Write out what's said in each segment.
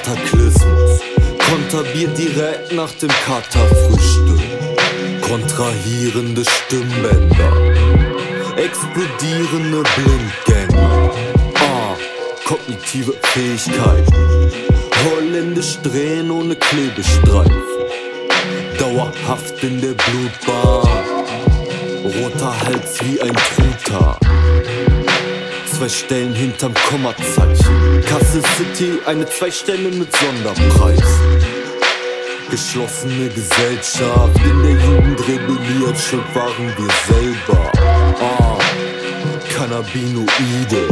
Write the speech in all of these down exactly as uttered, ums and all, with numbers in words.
Kataklysmus konterbiert direkt nach dem Katerfrühstück. Kontrahierende Stimmbänder, explodierende Blindgänger, ah, kognitive Fähigkeiten, holländisch drehen ohne Klebestreifen, dauerhaft in der Blutbahn, roter Hals wie ein Truthahn, zwei Stellen hinterm Kommazeichen, Kassel City, eine zwei Stelle mit Sonderpreis. Geschlossene Gesellschaft, in der Jugend rebelliert, schuld waren wir selber. Ah, Cannabinoide,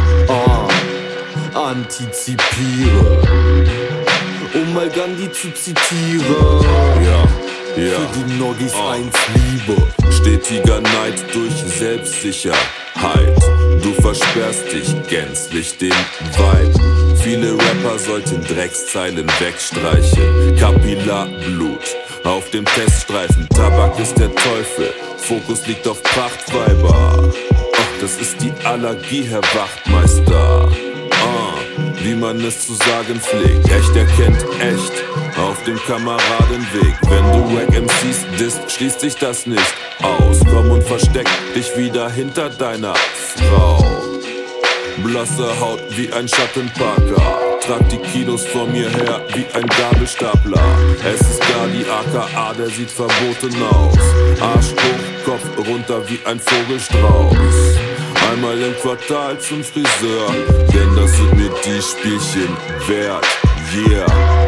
ah, antizipiere, um mal Gandhi zu zitieren. Ja, ja. Für die Noggis ah. eins Liebe. Stetiger Neid durch Selbstsicherheit. Du versperrst dich gänzlich dem Vibe. Viele Rapper sollten Dreckszeilen wegstreichen. Kapillarblut auf dem Teststreifen. Tabak ist der Teufel, Fokus liegt auf Prachtweiber. Ach, das ist die Allergie, Herr Wachtmeister. Ah, wie man es zu sagen pflegt. Echt erkennt echt auf dem Kameradenweg. Wenn du Wack M Cs disst, schließt sich das nicht aus. Komm und versteck dich wieder hinter deiner Frau. Blasse Haut wie ein Schattenparker. Trag die Kilos vor mir her wie ein Gabelstapler. Es ist gar die A K A, der sieht verboten aus. Arsch hoch, Kopf runter wie ein Vogelstrauß. Einmal im Quartal zum Friseur, denn das sind mir die Spielchen wert. Yeah.